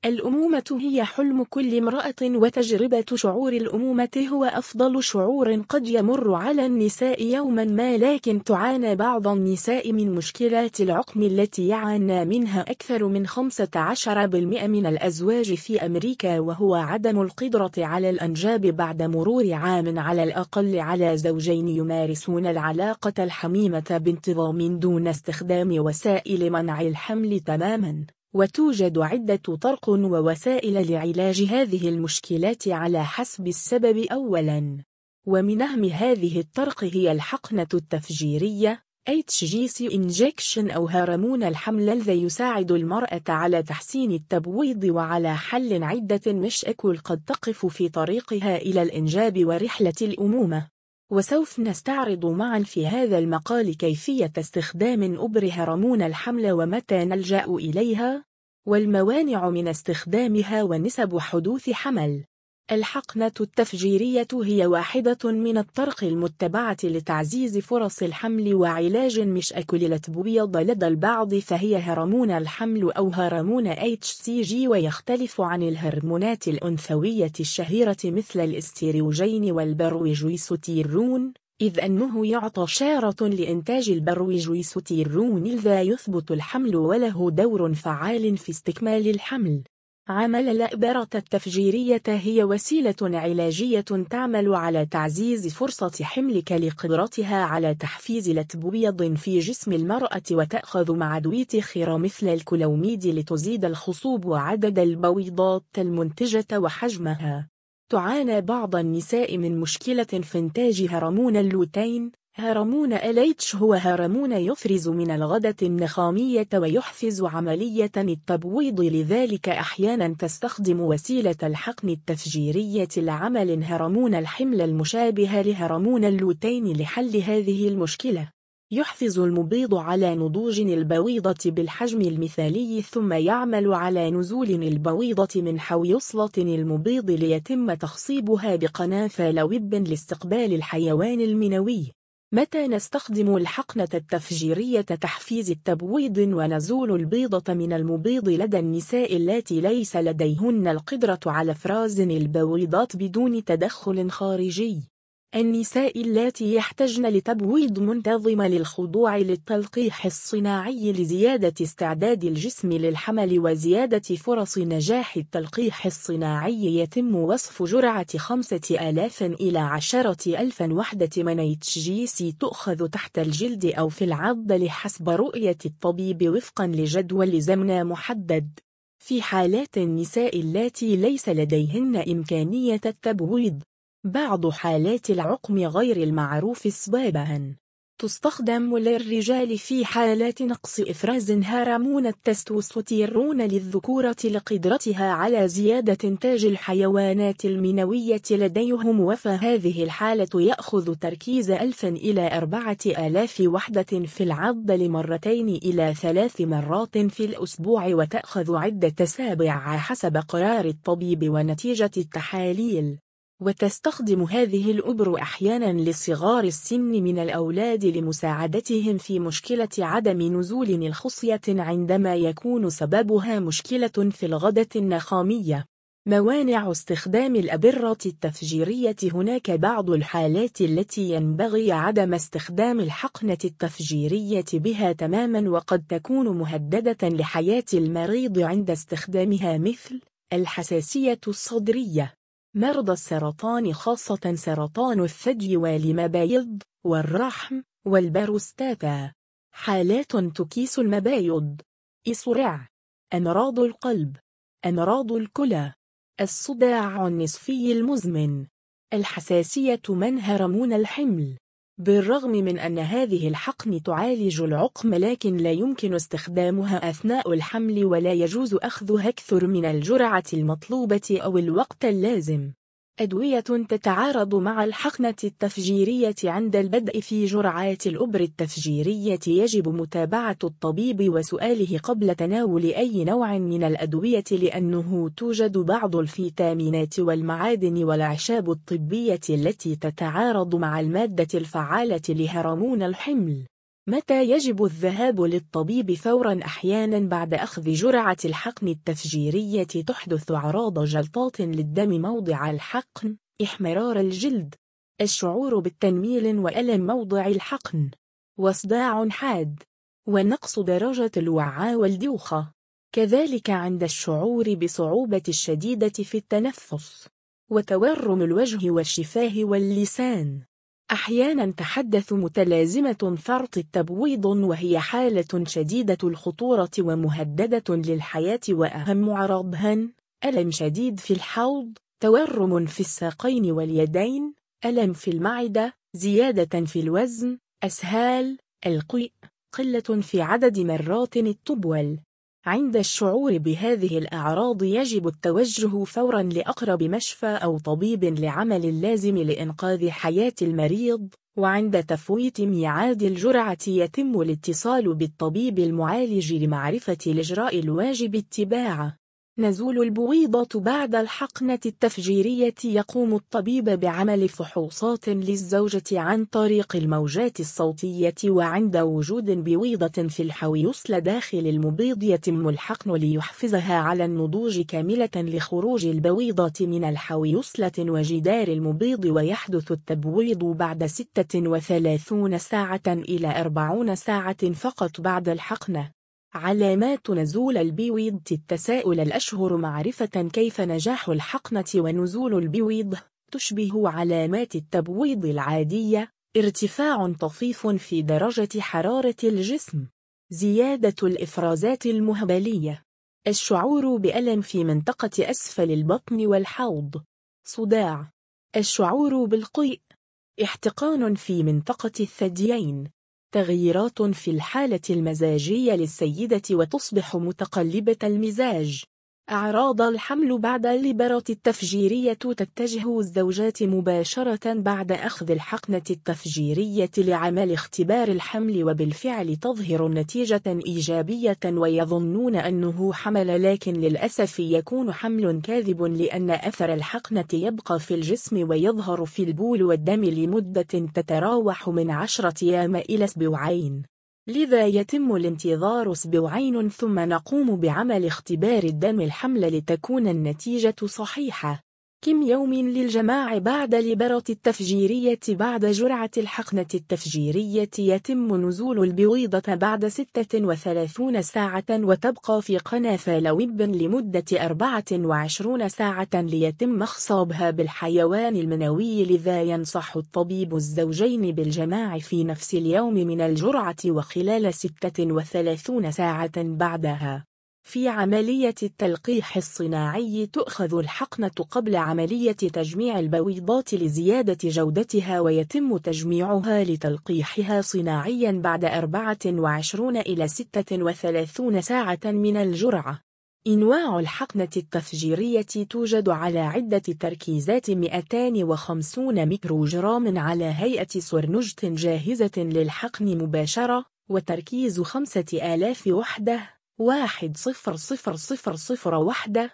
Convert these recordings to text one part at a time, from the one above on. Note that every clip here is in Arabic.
الأمومة هي حلم كل امرأة، وتجربة شعور الأمومة هو أفضل شعور قد يمر على النساء يوما ما، لكن تعاني بعض النساء من مشكلات العقم التي يعانى منها أكثر من 15% من الأزواج في أمريكا، وهو عدم القدرة على الإنجاب بعد مرور عام على الأقل على زوجين يمارسون العلاقة الحميمة بانتظام دون استخدام وسائل منع الحمل تماما. وتوجد عدة طرق ووسائل لعلاج هذه المشكلات على حسب السبب. أولاً، ومن أهم هذه الطرق هي الحقنة التفجيرية HGC Injection أو هرمون الحمل، الذي يساعد المرأة على تحسين التبويض وعلى حل عدة مشاكل قد تقف في طريقها إلى الإنجاب ورحلة الأمومة. وسوف نستعرض معا في هذا المقال كيفية استخدام إبر هرمون الحمل ومتى نلجأ إليها، والموانع من استخدامها ونسب حدوث حمل. الحقنة التفجيرية هي واحدة من الطرق المتبعة لتعزيز فرص الحمل وعلاج مشاكل التبويض لدى البعض، فهي هرمون الحمل أو هرمون HCG، ويختلف عن الهرمونات الأنثوية الشهيرة مثل الاستروجين والبروجستيرون، إذ أنه يعطى شارة لإنتاج البروجستيرون إذا يثبت الحمل، وله دور فعال في استكمال الحمل. عمل الإبرة التفجيرية هي وسيلة علاجية تعمل على تعزيز فرصة حملك لقدرتها على تحفيز التبويض في جسم المرأة، وتأخذ مع أدوية أخرى مثل الكلوميد لتزيد الخصوب وعدد البويضات المنتجة وحجمها. تعاني بعض النساء من مشكلة في إنتاج هرمون اللوتين. هرمون LH هو هرمون يفرز من الغدة النخامية ويحفز عملية التبويض، لذلك أحيانا تستخدم وسيلة الحقن التفجيرية لعمل هرمون الحمل المشابه لهرمون اللوتين لحل هذه المشكلة. يحفز المبيض على نضوج البويضة بالحجم المثالي، ثم يعمل على نزول البويضة من حويصلة المبيض ليتم تخصيبها بقناة فالوب لاستقبال الحيوان المنوي. متى نستخدم الحقنة التفجيرية؟ تحفيز التبويض ونزول البيضة من المبيض لدى النساء اللاتي ليس لديهن القدرة على إفراز البويضات بدون تدخل خارجي. النساء اللاتي يحتاجن لتبويض منتظم للخضوع للتلقيح الصناعي لزيادة استعداد الجسم للحمل وزيادة فرص نجاح التلقيح الصناعي، يتم وصف جرعة 5000 إلى 10,000 وحدة من HGC تؤخذ تحت الجلد أو في العضل حسب رؤية الطبيب وفقا لجدول زمن محدد. في حالات النساء اللاتي ليس لديهن إمكانية التبويض، بعض حالات العقم غير المعروف سببها، تستخدم للرجال في حالات نقص إفراز هرمون التستوستيرون للذكورة لقدرتها على زيادة إنتاج الحيوانات المنوية لديهم، وفهذه الحالة يأخذ تركيز 1000 إلى 4000 وحدة في العضل 2 إلى 3 مرات في الأسبوع، وتأخذ عدة أسابيع حسب قرار الطبيب ونتيجة التحاليل. وتستخدم هذه الإبر أحيانا لصغار السن من الأولاد لمساعدتهم في مشكلة عدم نزول الخصية عندما يكون سببها مشكلة في الغدة النخامية. موانع استخدام الأبرة التفجيرية: هناك بعض الحالات التي ينبغي عدم استخدام الحقنة التفجيرية بها تماما وقد تكون مهددة لحياة المريض عند استخدامها، مثل الحساسية الصدرية، مرضى السرطان خاصة سرطان الثدي والمبايض والرحم والبروستاتا، حالات تكيس المبايض، إسرع، أمراض القلب، أمراض الكلى، الصداع النصفي المزمن، الحساسية من هرمون الحمل. بالرغم من أن هذه الحقن تعالج العقم، لكن لا يمكن استخدامها أثناء الحمل، ولا يجوز أخذها أكثر من الجرعة المطلوبة أو الوقت اللازم. أدوية تتعارض مع الحقنة التفجيرية: عند البدء في جرعات الإبر التفجيرية يجب متابعة الطبيب وسؤاله قبل تناول أي نوع من الأدوية، لأنه توجد بعض الفيتامينات والمعادن والأعشاب الطبية التي تتعارض مع المادة الفعالة لهرمون الحمل. متى يجب الذهاب للطبيب فوراً؟ أحياناً بعد أخذ جرعة الحقن التفجيرية تحدث أعراض جلطات للدم موضع الحقن، احمرار الجلد، الشعور بالتنميل وألم موضع الحقن، وصداع حاد، ونقص درجة الوعاء والدوخة، كذلك عند الشعور بصعوبة شديدة في التنفس، وتورم الوجه والشفاه واللسان. أحياناً تحدث متلازمة فرط التبويض، وهي حالة شديدة الخطورة ومهددة للحياة، وأهم أعراضها ألم شديد في الحوض، تورم في الساقين واليدين، ألم في المعدة، زيادة في الوزن، أسهال، القيء، قلة في عدد مرات التبول. عند الشعور بهذه الأعراض يجب التوجه فوراً لأقرب مشفى أو طبيب لعمل اللازم لإنقاذ حياة المريض، وعند تفويت ميعاد الجرعة يتم الاتصال بالطبيب المعالج لمعرفة الإجراء الواجب اتباعه. نزول البويضة بعد الحقنة التفجيرية. يقوم الطبيب بعمل فحوصات للزوجة عن طريق الموجات الصوتية، وعند وجود بويضة في الحويصل داخل المبيض يتم الحقن ليحفزها على النضوج كاملة لخروج البويضة من الحويصلة وجدار المبيض، ويحدث التبويض بعد 36 ساعة إلى 40 ساعة فقط بعد الحقنة. علامات نزول البويض. التساؤل الأشهر معرفة كيف نجاح الحقنة ونزول البويض. تشبه علامات التبويض العادية، ارتفاع طفيف في درجة حرارة الجسم، زيادة الإفرازات المهبلية، الشعور بألم في منطقة أسفل البطن والحوض، صداع، الشعور بالقيء، احتقان في منطقة الثديين، تغييرات في الحالة المزاجية للسيدة وتصبح متقلبة المزاج. أعراض الحمل. بعد الإبرة التفجيرية تتجه الزوجات مباشرة بعد أخذ الحقنة التفجيرية لعمل اختبار الحمل، وبالفعل تظهر نتيجة إيجابية ويظنون أنه حمل، لكن للأسف يكون حمل كاذب، لأن أثر الحقنة يبقى في الجسم ويظهر في البول والدم لمدة تتراوح من 10 أيام إلى أسبوعين. لذا يتم الانتظار أسبوعين ثم نقوم بعمل اختبار الدم الحمل لتكون النتيجة صحيحة. كم يوم للجماع بعد الإبرة التفجيرية. بعد جرعة الحقنة التفجيرية يتم نزول البويضة بعد 36 ساعة، وتبقى في قناة لوب لمدة 24 ساعة ليتم إخصابها بالحيوان المنوي. لذا ينصح الطبيب الزوجين بالجماع في نفس اليوم من الجرعة وخلال 36 ساعة بعدها. في عملية التلقيح الصناعي تؤخذ الحقنة قبل عملية تجميع البويضات لزيادة جودتها، ويتم تجميعها لتلقيحها صناعيا بعد 24 إلى 36 ساعة من الجرعة. أنواع الحقنة التفجيرية. توجد على عدة تركيزات 250 ميكروجرام على هيئة صرنوجة جاهزة للحقن مباشرة، وتركيز 5000 وحدة 10000 وحدة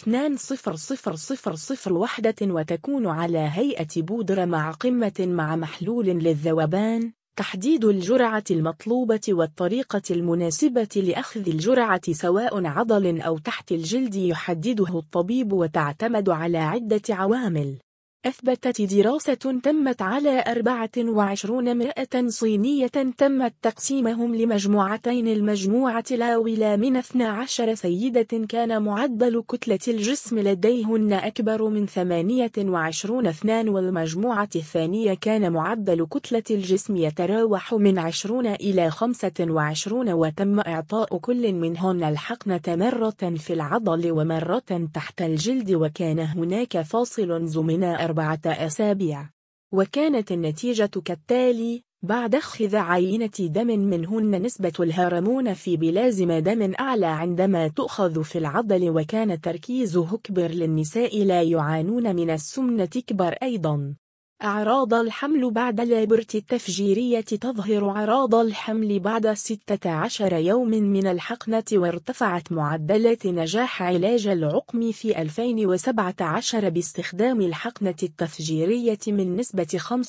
20000 وحدة، وتكون على هيئة بودرة مع قمة مع محلول للذوبان. تحديد الجرعة المطلوبة والطريقة المناسبة لأخذ الجرعة سواء عضل أو تحت الجلد يحدده الطبيب، وتعتمد على عدة عوامل. أثبتت دراسة تمت على 24 امرأة صينية تمت تقسيمهم لمجموعتين. المجموعة الأولى من 12 سيدة كان معدل كتلة الجسم لديهن أكبر من 28 والمجموعة الثانية كان معدل كتلة الجسم يتراوح من 20 إلى 25، وتم إعطاء كل منهن الحقنة مرة في العضل ومرة تحت الجلد، وكان هناك فاصل زمن 4 أسابيع. وكانت النتيجة كالتالي: بعد أخذ عينة دم منهن نسبة الهرمون في بلازما دم أعلى عندما تؤخذ في العضل، وكان تركيزه أكبر للنساء لا يعانون من السمنة أكبر أيضا. أعراض الحمل بعد الإبرة التفجيرية. تظهر أعراض الحمل بعد 16 يوم من الحقنة، وارتفعت معدلات نجاح علاج العقم في 2017 باستخدام الحقنة التفجيرية من نسبة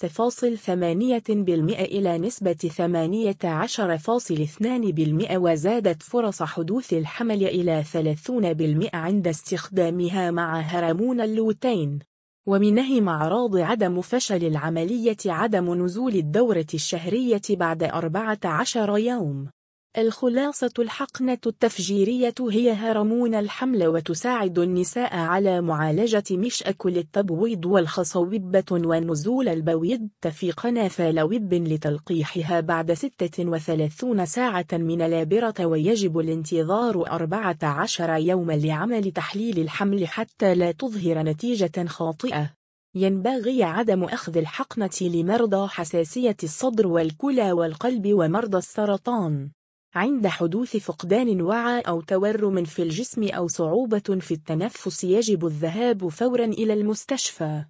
5.8% إلى نسبة 18.2%، وزادت فرص حدوث الحمل إلى 30% عند استخدامها مع هرمون اللوتين. ومن أهم أعراض عدم فشل العملية عدم نزول الدورة الشهرية بعد 14 يوم. الخلاصة: الحقنة التفجيرية هي هرمون الحمل، وتساعد النساء على معالجة مشاكل التبويض والخصوبة ونزول البويض في قنافة لوب لتلقيحها بعد 36 ساعة من الإبرة، ويجب الانتظار 14 يوما لعمل تحليل الحمل حتى لا تظهر نتيجة خاطئة. ينبغي عدم أخذ الحقنة لمرضى حساسية الصدر والكلى والقلب ومرضى السرطان. عند حدوث فقدان وعي أو تورم في الجسم أو صعوبة في التنفس يجب الذهاب فورا إلى المستشفى.